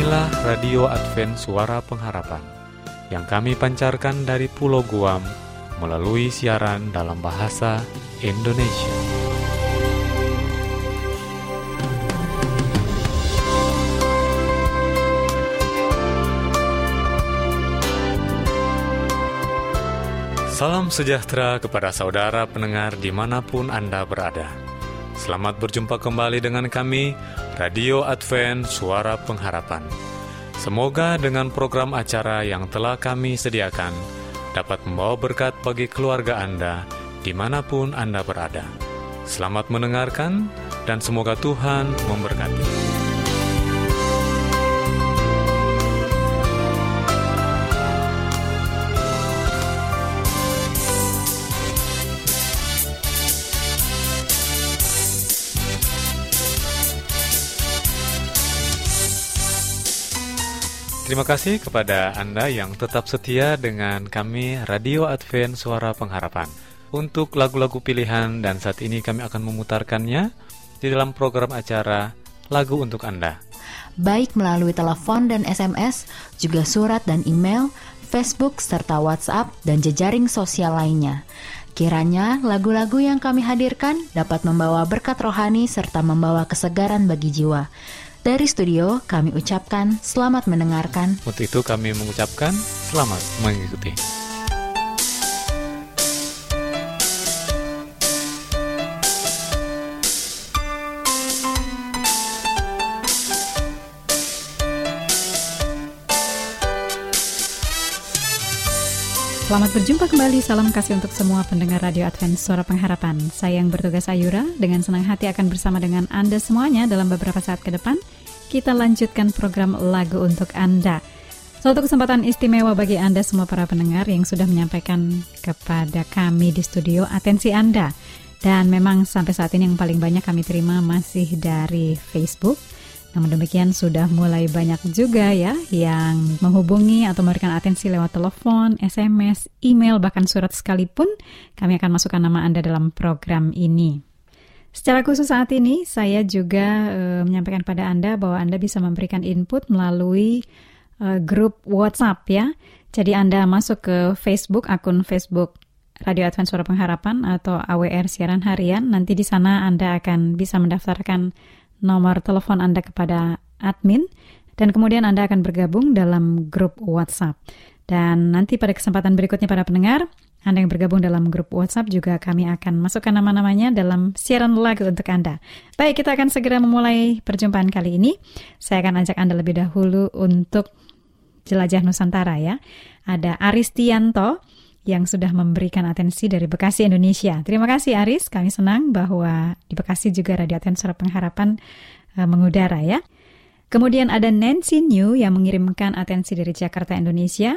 Inilah Radio Advent Suara Pengharapan yang kami pancarkan dari Pulau Guam melalui siaran dalam bahasa Indonesia. Salam sejahtera kepada saudara pendengar dimanapun Anda berada. Selamat berjumpa kembali dengan kami, Radio Advent Suara Pengharapan. Semoga dengan program acara yang telah kami sediakan dapat membawa berkat bagi keluarga Anda dimanapun Anda berada. Selamat mendengarkan dan semoga Tuhan memberkati. Terima kasih kepada Anda yang tetap setia dengan kami Radio Advent Suara Pengharapan. Untuk lagu-lagu pilihan dan saat ini kami akan memutarkannya di dalam program acara Lagu Untuk Anda. Baik melalui telepon dan SMS, juga surat dan email, Facebook serta WhatsApp dan jejaring sosial lainnya. Kiranya lagu-lagu yang kami hadirkan dapat membawa berkat rohani serta membawa kesegaran bagi jiwa. Dari studio, kami ucapkan selamat mendengarkan. Untuk itu kami mengucapkan selamat mengikuti. Selamat berjumpa kembali, salam kasih untuk semua pendengar Radio Advent Suara Pengharapan. Saya yang bertugas Ayura, dengan senang hati akan bersama dengan Anda semuanya dalam beberapa saat ke depan. Kita lanjutkan program Lagu Untuk Anda. Suatu kesempatan istimewa bagi Anda semua para pendengar yang sudah menyampaikan kepada kami di studio atensi Anda. Dan memang sampai saat ini yang paling banyak kami terima masih dari Facebook. Namun demikian sudah mulai banyak juga ya yang menghubungi atau memberikan atensi lewat telepon, SMS, email, bahkan surat sekalipun. Kami akan masukkan nama Anda dalam program ini. Secara khusus saat ini saya juga menyampaikan pada Anda bahwa Anda bisa memberikan input melalui grup WhatsApp ya. Jadi Anda masuk ke Facebook, akun Facebook Radio Advent Suara Pengharapan atau AWR Siaran Harian. Nanti di sana Anda akan bisa mendaftarkan nomor telepon Anda kepada admin dan kemudian Anda akan bergabung dalam grup WhatsApp. Dan nanti pada kesempatan berikutnya para pendengar, Anda yang bergabung dalam grup WhatsApp juga kami akan masukkan nama-namanya dalam siaran lagu untuk Anda. Baik, kita akan segera memulai perjumpaan kali ini. Saya akan ajak Anda lebih dahulu untuk jelajah Nusantara ya. Ada Aris Tianto yang sudah memberikan atensi dari Bekasi, Indonesia. Terima kasih Aris, kami senang bahwa di Bekasi juga Radio Advent Suara Pengharapan mengudara ya. Kemudian ada Nancy New yang mengirimkan atensi dari Jakarta, Indonesia.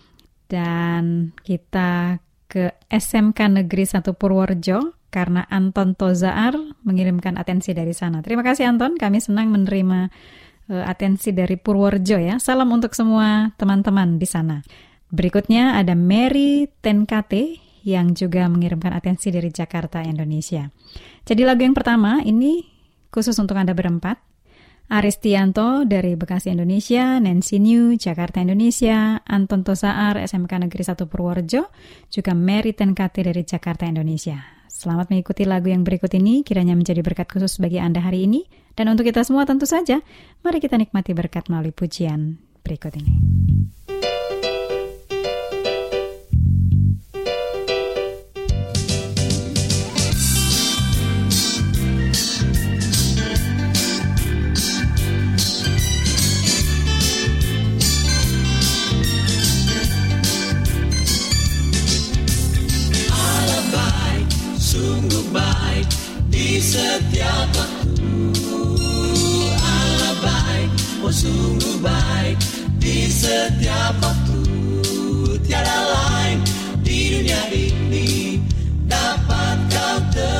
Dan kita ke SMK Negeri 1 Purworejo karena Anton Tozaar mengirimkan atensi dari sana. Terima kasih Anton, kami senang menerima atensi dari Purworejo ya. Salam untuk semua teman-teman di sana. Berikutnya ada Mary Tenkate yang juga mengirimkan atensi dari Jakarta, Indonesia. Jadi lagu yang pertama ini khusus untuk Anda berempat. Aris Tianto dari Bekasi, Indonesia, Nancy New, Jakarta, Indonesia, Anton Tozaar, SMK Negeri 1 Purworejo, juga Mary Tenkate dari Jakarta, Indonesia. Selamat mengikuti lagu yang berikut ini, kiranya menjadi berkat khusus bagi Anda hari ini. Dan untuk kita semua tentu saja, mari kita nikmati berkat melalui pujian berikut ini. Setiap waktu Allah baik, oh sungguh baik di setiap waktu. Tiada lain di dunia ini dapat kau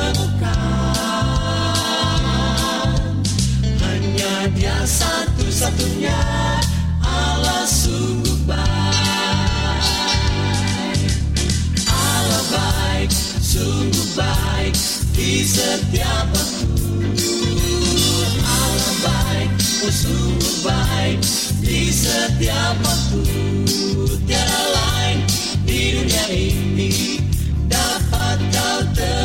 temukan. Hanya Dia satu-satunya Allah sungguh baik. Allah baik, sungguh baik di setiap waktu. Allah baik, sungguh baik di setiap waktu. Tiada lain di dunia ini dapat kau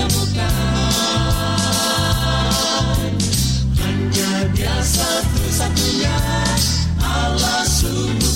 temukan. Hanya Dia satu-satunya Allah sungguh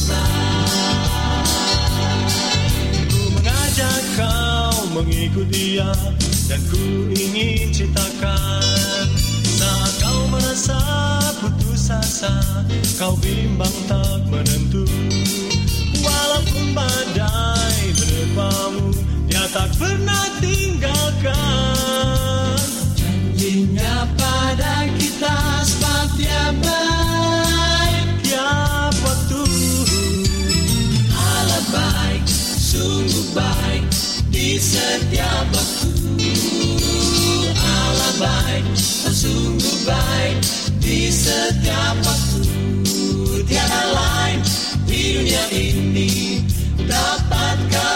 baik. Ku mengajak kau mengikut Dia, dan ku ingin ceritakan. Saat kau merasa putus asa, kau bimbang tak menentu, walaupun badai menerpamu, Dia tak pernah tinggalkan. Janjinya pada kita sebab Dia baik tiap waktu. Allah baik, sungguh baik di setiap waktu. Allah baik, sungguh baik di setiap waktu. Tiada lain di dunia ini dapat kau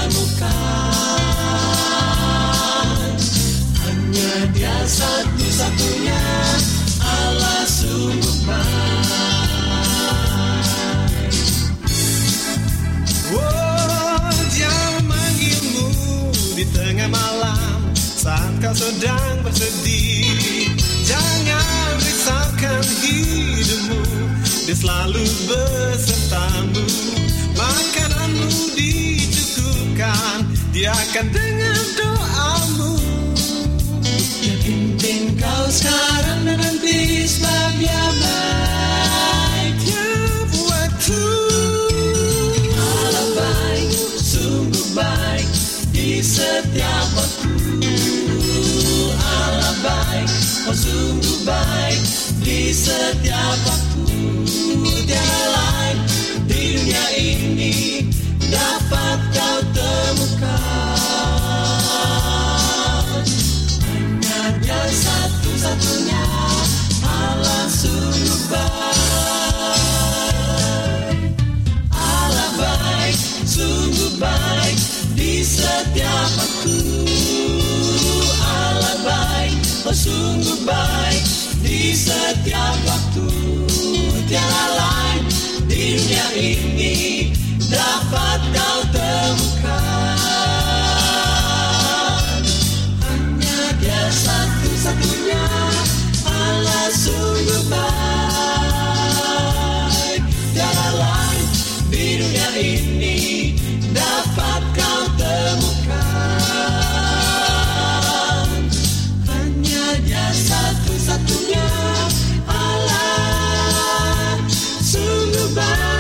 temukan. Hanya Dia satu-satunya Allah sungguh baik. Oh, Dia memanggilmu di tengah malam saat kau sedang bersedih. Jangan risaukan hidupmu, Dia selalu bersertamu. Makananmu dicukupkan, Dia akan dengar doamu. Yang penting kau sekarang dan nanti sebab Dia baik Tiap waktu. Allah baik, sungguh baik di setiap waktu. Allah baik, sungguh baik di setiap waktu. Tiada lain di dunia ini dapat kau temukan. Hanya Dia satu-satunya Allah sungguh baik. Allah baik, sungguh baik di setiap waktu. Allah baik, sungguh baik di setiap waktu. Tiada lain di dunia ini dapat kau temukan. Hanya Dia satu-satunya Allah sungguh baik. Tiada lain di dunia ini dapat kau temukan. Hanya Dia satu-satunya Allah sungguh baik.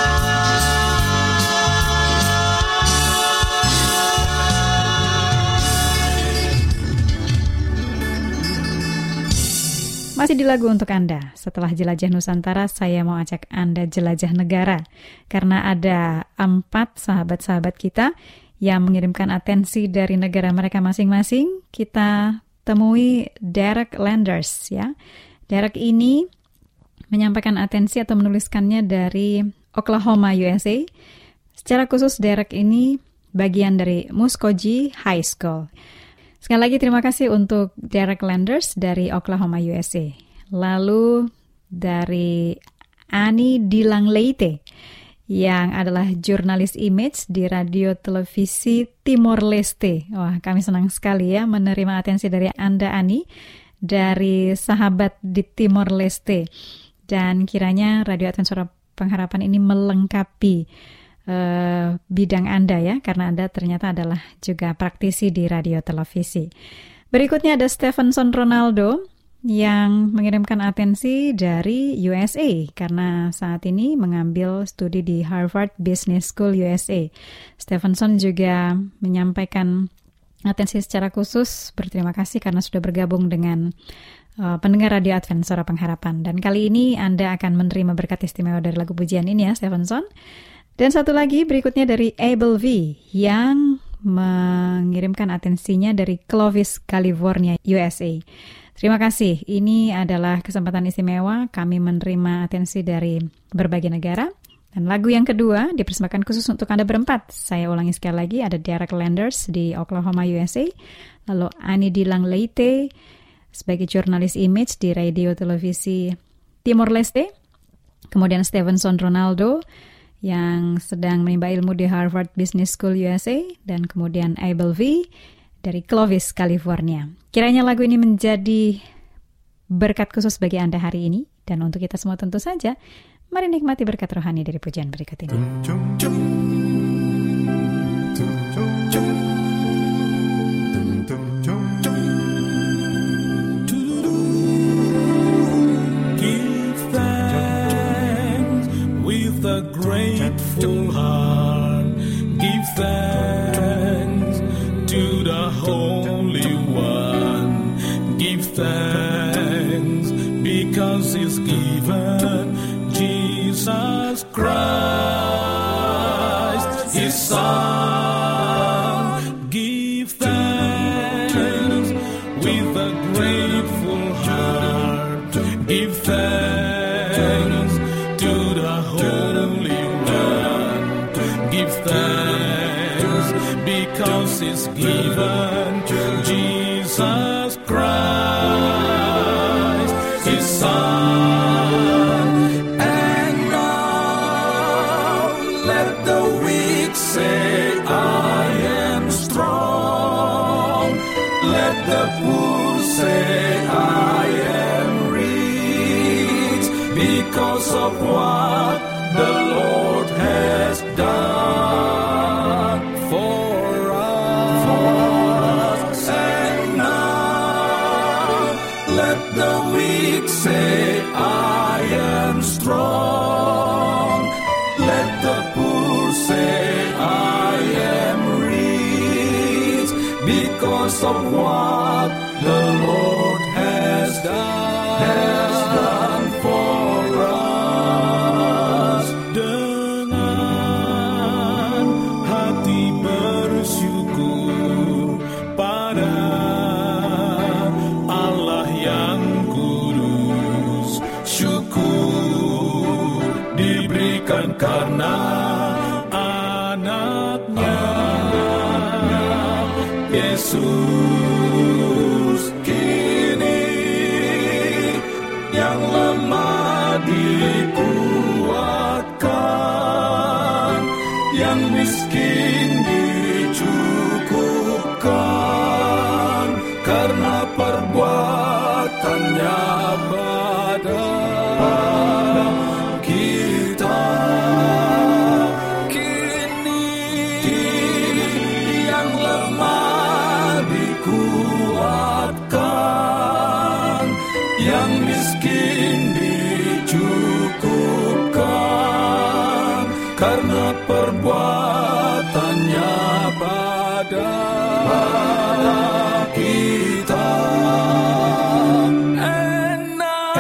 Masih di lagu untuk Anda. Setelah jelajah Nusantara, saya mau ajak Anda jelajah negara. Karena ada 4 sahabat-sahabat kita yang mengirimkan atensi dari negara mereka masing-masing. Kita temui Derek Landers, ya. Derek ini menyampaikan atensi atau menuliskannya dari Oklahoma, USA. Secara khusus Derek ini bagian dari Muskogee High School. Sekali lagi terima kasih untuk Derek Landers dari Oklahoma, USA. Lalu dari Ani Dilangleite yang adalah jurnalis image di radio televisi Timor Leste. Wah, kami senang sekali ya menerima atensi dari Anda, Ani, dari sahabat di Timor Leste. Dan kiranya Radio Advent Suara Pengharapan ini melengkapi bidang Anda ya, karena Anda ternyata adalah juga praktisi di radio televisi. Berikutnya ada Stephenson Ronaldo yang mengirimkan atensi dari USA karena saat ini mengambil studi di Harvard Business School USA. Stephenson juga menyampaikan atensi secara khusus, berterima kasih karena sudah bergabung dengan pendengar Radio Advent Suara Pengharapan. Dan kali ini Anda akan menerima berkat istimewa dari lagu pujian ini ya, Stephenson. Dan satu lagi berikutnya dari Abel V yang mengirimkan atensinya dari Clovis, California, USA. Terima kasih, ini adalah kesempatan istimewa kami menerima atensi dari berbagai negara. Dan lagu yang kedua dipersembahkan khusus untuk Anda berempat. Saya ulangi sekali lagi, ada Derek Landers di Oklahoma, USA. Lalu Ani Dilangleite sebagai jurnalis image di radio televisi Timor Leste, kemudian Stevenson Ronaldo yang sedang menimba ilmu di Harvard Business School USA, dan kemudian Abel V dari Clovis, California. Kiranya lagu ini menjadi berkat khusus bagi Anda hari ini, dan untuk kita semua tentu saja, mari nikmati berkat rohani dari pujian berikut ini. A grateful heart, give thanks to the Holy One. Give thanks because He's given Jesus Christ, His Son. Give thanks with a grateful heart. Give thanks to the Holy One. Give thanks because He's given Jesus Christ, His Son. And now let the weak say, I am strong. Let the poor say, I am rich because of what the Lord has done for us. And now let the weak say, I am strong. Let the poor say, I am rich because of what the Lord has done for us. Dengan hati bersyukur pada Allah yang kudus, syukur diberikan karena anaknya Yesus. Kini yang lemah dikuatkan, yang miskin dicukupkan karena perbuatannya pada kita. Kini yang lemah dikuatkan, yang miskin dicukupkan karena perbuatannya pada kita. And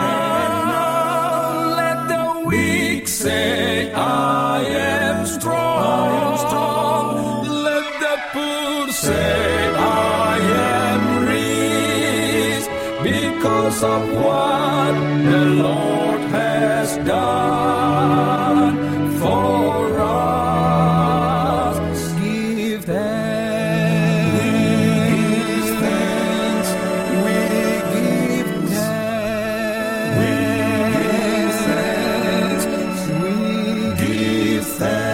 now let the weak say, I am strong. Let the poor say, I am rich because of what the Lord has done for us. Give thanks. We give thanks. We give thanks. We give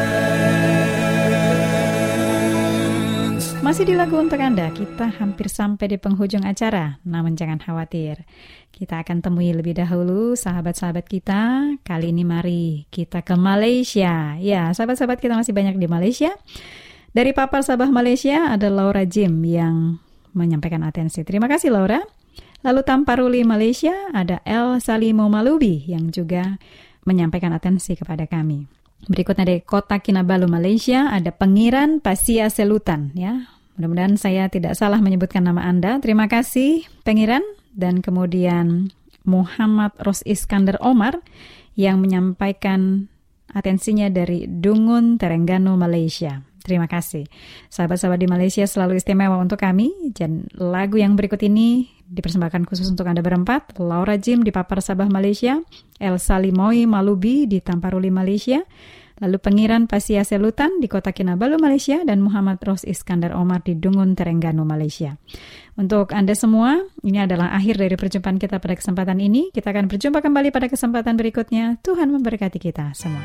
thanks. Masih di lagu untuk Anda, kita hampir sampai di penghujung acara, namun jangan khawatir. Kita akan temui lebih dahulu sahabat-sahabat kita. Kali ini mari kita ke Malaysia. Ya, sahabat-sahabat kita masih banyak di Malaysia. Dari Papal Sabah Malaysia ada Laura Jim yang menyampaikan atensi. Terima kasih Laura. Lalu Tamparuli Malaysia ada El Salimo Malubi yang juga menyampaikan atensi kepada kami. Berikutnya dari Kota Kinabalu Malaysia ada Pengiran Pasia Selutan, ya. Mudah-mudahan saya tidak salah menyebutkan nama Anda. Terima kasih Pengiran. Dan kemudian Muhammad Ros Iskandar Omar yang menyampaikan atensinya dari Dungun, Terengganu, Malaysia. Terima kasih. Sahabat-sahabat di Malaysia selalu istimewa untuk kami. Dan lagu yang berikut ini dipersembahkan khusus untuk Anda berempat. Laura Jim di Papar Sabah Malaysia, El Salimoi Malubi di Tamparuli Malaysia, Lalu Pengiran Pasia Selutan di Kota Kinabalu, Malaysia, dan Muhammad Ros Iskandar Omar di Dungun, Terengganu, Malaysia. Untuk Anda semua, ini adalah akhir dari perjumpaan kita pada kesempatan ini. Kita akan berjumpa kembali pada kesempatan berikutnya. Tuhan memberkati kita semua.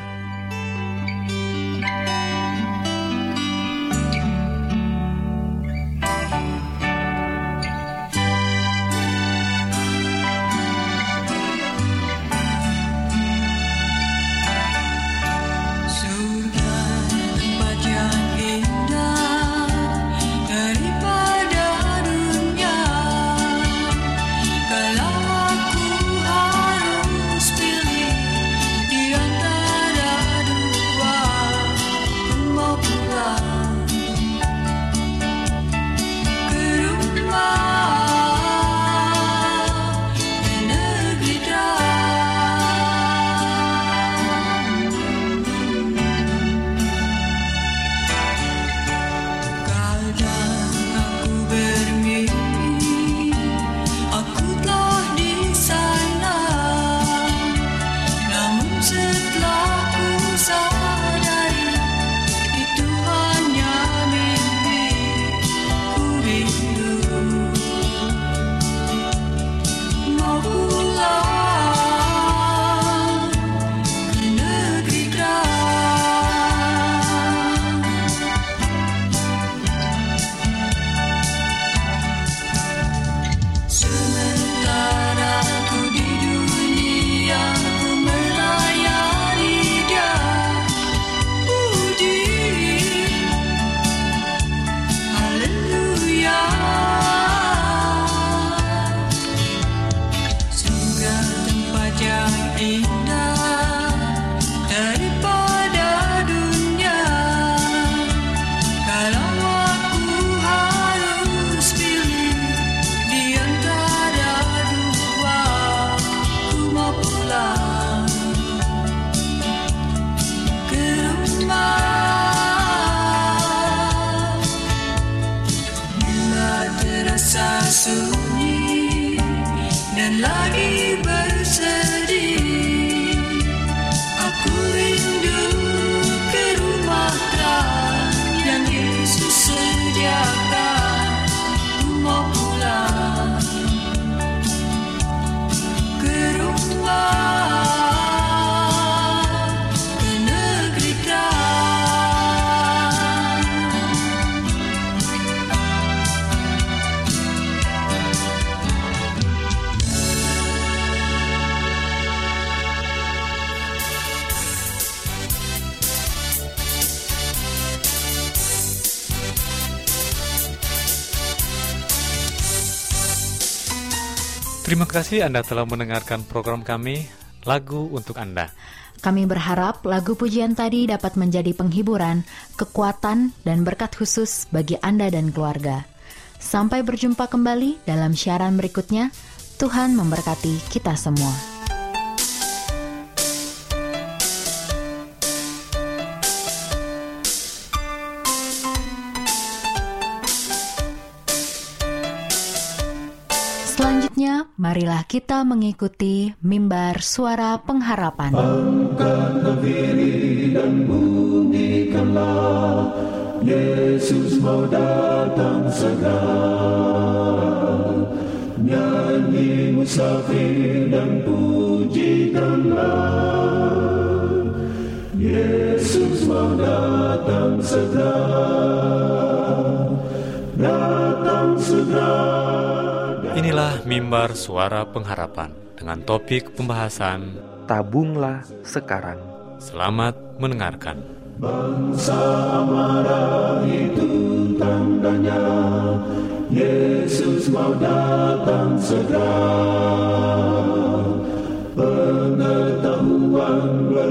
sunyi dan lagi bersedih. Aku rindu ke rumah terang yang Yesus sediakan. Ku mau pulang ke rumah. Terima kasih Anda telah mendengarkan program kami, Lagu Untuk Anda. Kami berharap lagu pujian tadi dapat menjadi penghiburan, kekuatan, dan berkat khusus bagi Anda dan keluarga. Sampai berjumpa kembali dalam siaran berikutnya. Tuhan memberkati kita semua. Selanjutnya, marilah kita mengikuti mimbar suara pengharapan. Angkatlah diri dan bunyikanlah, Yesus mau datang segera. Nyanyi musafir dan pujikanlah, Yesus mau datang segera. Datang segera. Inilah mimbar suara pengharapan dengan topik pembahasan Tabunglah sekarang. Selamat mendengarkan. Bangsa marah itu tandanya, Yesus mau datang segera. Pengetahuan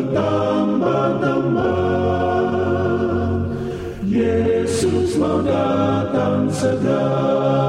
bertambah-tambah, Yesus mau datang segera.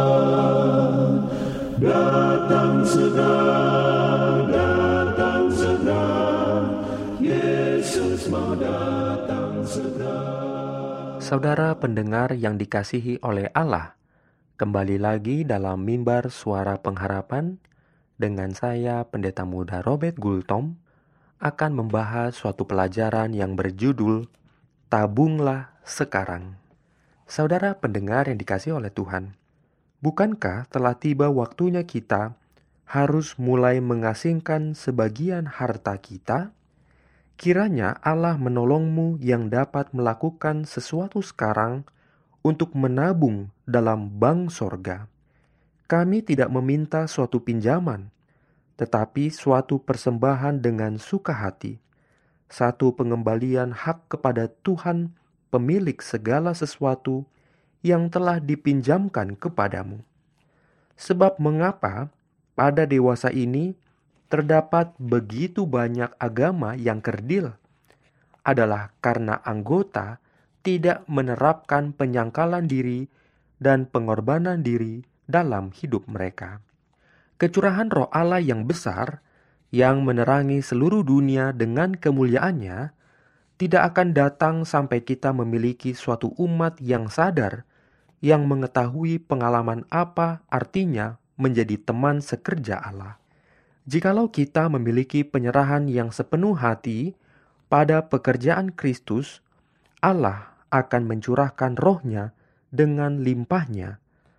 Datang segera, datang segera, Yesus mau datang segera. Saudara pendengar yang dikasihi oleh Allah, kembali lagi dalam mimbar suara pengharapan dengan saya Pendeta Muda Robert Gultom akan membahas suatu pelajaran yang berjudul Tabunglah Sekarang. Saudara pendengar yang dikasihi oleh Tuhan, bukankah telah tiba waktunya kita harus mulai mengasingkan sebagian harta kita? Kiranya Allah menolongmu yang dapat melakukan sesuatu sekarang untuk menabung dalam bank sorga. Kami tidak meminta suatu pinjaman, tetapi suatu persembahan dengan suka hati, satu pengembalian hak kepada Tuhan, pemilik segala sesuatu yang telah dipinjamkan kepadamu. Sebab mengapa pada dewasa ini terdapat begitu banyak agama yang kerdil? Adalah karena anggota tidak menerapkan penyangkalan diri dan pengorbanan diri dalam hidup mereka. Kecurahan Roh Allah yang besar, yang menerangi seluruh dunia dengan kemuliaannya, tidak akan datang sampai kita memiliki suatu umat yang sadar, yang mengetahui pengalaman apa artinya menjadi teman sekerja Allah. Jikalau kita memiliki penyerahan yang sepenuh hati pada pekerjaan Kristus, Allah akan mencurahkan Roh-Nya dengan limpahnya.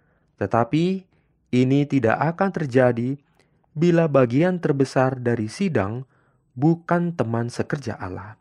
Tetapi ini tidak akan terjadi bila bagian terbesar dari sidang bukan teman sekerja Allah.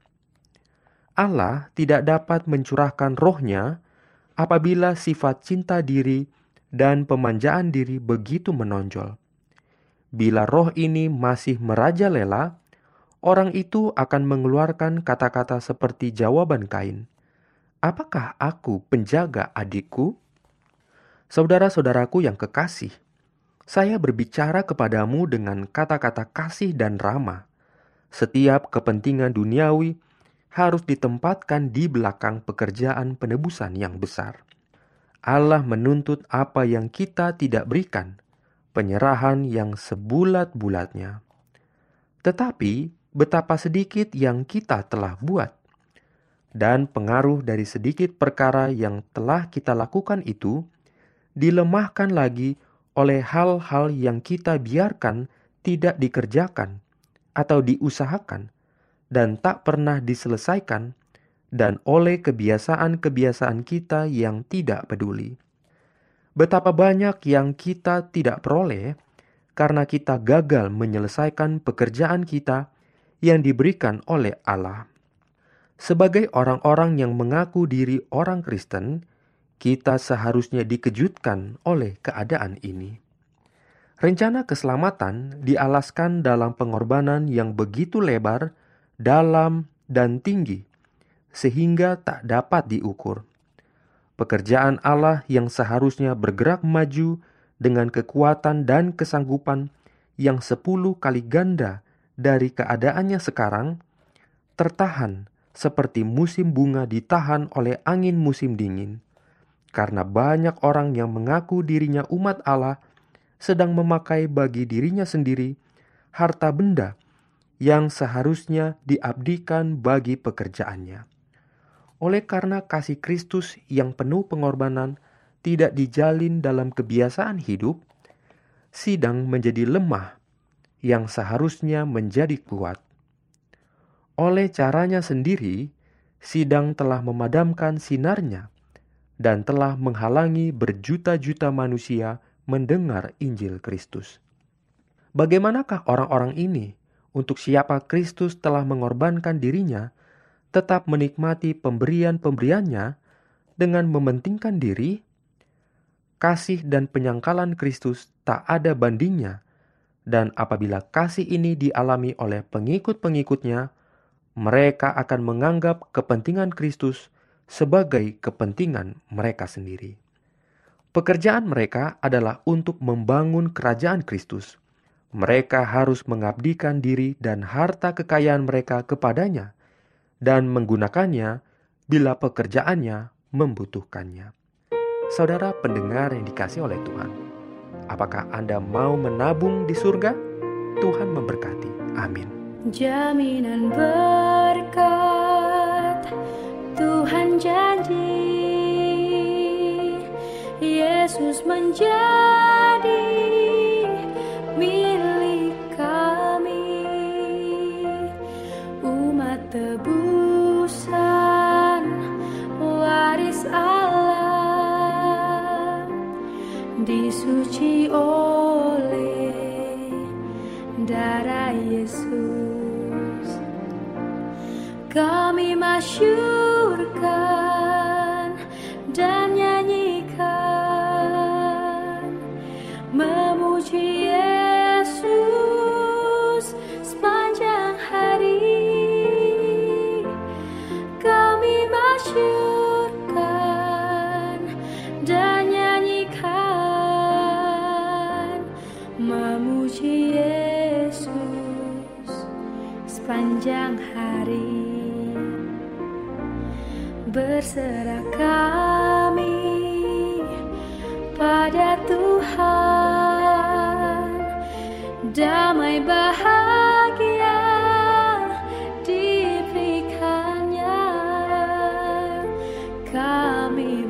Allah tidak dapat mencurahkan Roh-Nya apabila sifat cinta diri dan pemanjaan diri begitu menonjol. Bila roh ini masih merajalela, orang itu akan mengeluarkan kata-kata seperti jawaban Kain. Apakah aku penjaga adikku? Saudara-saudaraku yang kekasih, saya berbicara kepadamu dengan kata-kata kasih dan ramah. Setiap kepentingan duniawi harus ditempatkan di belakang pekerjaan penebusan yang besar. Allah menuntut apa yang kita tidak berikan, penyerahan yang sebulat-bulatnya. Tetapi betapa sedikit yang kita telah buat, dan pengaruh dari sedikit perkara yang telah kita lakukan itu dilemahkan lagi oleh hal-hal yang kita biarkan tidak dikerjakan atau diusahakan dan tak pernah diselesaikan, dan oleh kebiasaan-kebiasaan kita yang tidak peduli. Betapa banyak yang kita tidak peroleh karena kita gagal menyelesaikan pekerjaan kita yang diberikan oleh Allah. Sebagai orang-orang yang mengaku diri orang Kristen, kita seharusnya dikejutkan oleh keadaan ini. Rencana keselamatan dialaskan dalam pengorbanan yang begitu lebar, dalam, dan tinggi, sehingga tak dapat diukur. Pekerjaan Allah yang seharusnya bergerak maju dengan kekuatan dan kesanggupan yang 10 kali ganda dari keadaannya sekarang, tertahan seperti musim bunga ditahan oleh angin musim dingin. Karena banyak orang yang mengaku dirinya umat Allah sedang memakai bagi dirinya sendiri harta benda yang seharusnya diabdikan bagi pekerjaannya. Oleh karena kasih Kristus yang penuh pengorbanan tidak dijalin dalam kebiasaan hidup, sidang menjadi lemah yang seharusnya menjadi kuat. Oleh caranya sendiri, sidang telah memadamkan sinarnya dan telah menghalangi berjuta-juta manusia mendengar Injil Kristus. Bagaimanakah orang-orang ini, untuk siapa Kristus telah mengorbankan dirinya, tetap menikmati pemberian-pemberiannya dengan mementingkan diri? Kasih dan penyangkalan Kristus tak ada bandingnya, dan apabila kasih ini dialami oleh pengikut-pengikutnya, mereka akan menganggap kepentingan Kristus sebagai kepentingan mereka sendiri. Pekerjaan mereka adalah untuk membangun kerajaan Kristus. Mereka harus mengabdikan diri dan harta kekayaan mereka kepadanya, dan menggunakannya bila pekerjaannya membutuhkannya. Saudara pendengar yang dikasihi oleh Tuhan, apakah Anda mau menabung di surga? Tuhan memberkati. Amin. Jaminan berkat Tuhan janji, Yesus menjadi milik kami. tebusan waris Allah, disuci oleh darah Yesus. Kami masyurkan dan nyanyikan, memuji Yesus sepanjang hari. Kami masyurkan dan nyanyikan, memuji Yesus sepanjang hari. Berserah kami pada Tuhan, damai bahagia diberikannya. Kami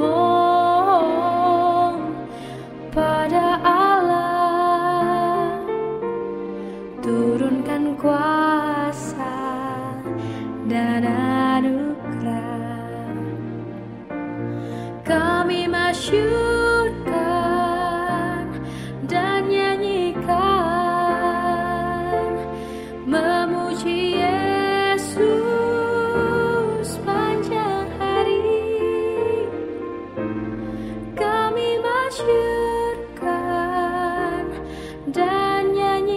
memohon pada Allah, turunkan kuasa dan anugerah. Kami masyurkan dan nyanyikan, memuji Yesus sepanjang hari. Kami masyurkan dan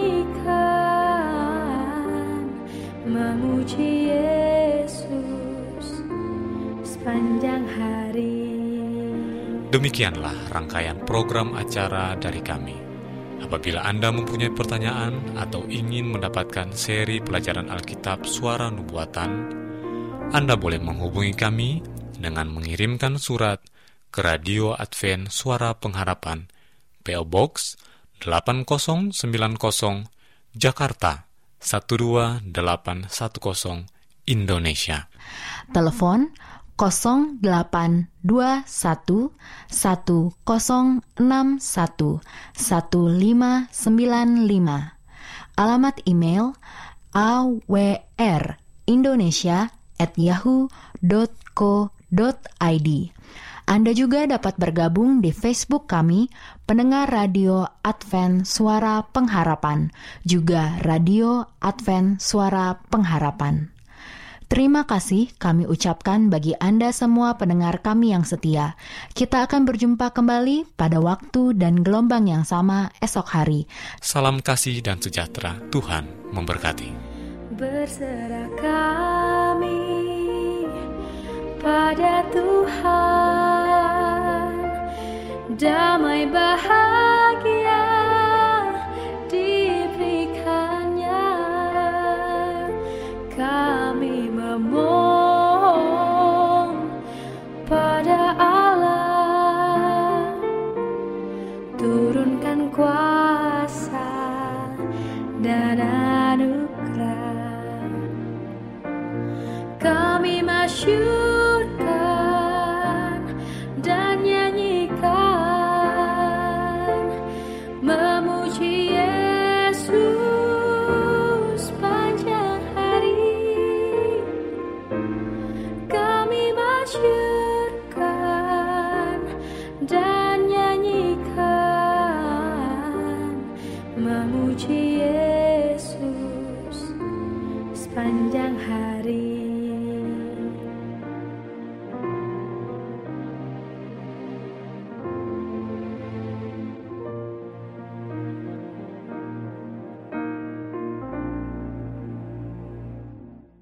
nyanyikan, memuji Yesus sepanjang hari. Demikianlah rangkaian program acara dari kami. Apabila Anda mempunyai pertanyaan atau ingin mendapatkan seri pelajaran Alkitab Suara Nubuatan, Anda boleh menghubungi kami dengan mengirimkan surat ke Radio Advent Suara Pengharapan, PO Box 8090, Jakarta 12810, Indonesia. Telepon 082110611595. Alamat email awrindonesia@yahoo.co.id. Anda juga dapat bergabung di Facebook kami, Pendengar Radio Advent Suara Pengharapan, juga Radio Advent Suara Pengharapan. Terima kasih kami ucapkan bagi Anda semua pendengar kami yang setia. Kita akan berjumpa kembali pada waktu dan gelombang yang sama esok hari. Salam kasih dan sejahtera. Tuhan memberkati. Berserah kami pada Tuhan, damai bahagia diberikannya. Kami memohon pada Allah, turunkan kuasa dan anugerah. Kami masyurkan dan nyanyikan, memuji Yesus sepanjang hari. Kami masyurkan dan nyanyikan, memuji Yesus sepanjang hari.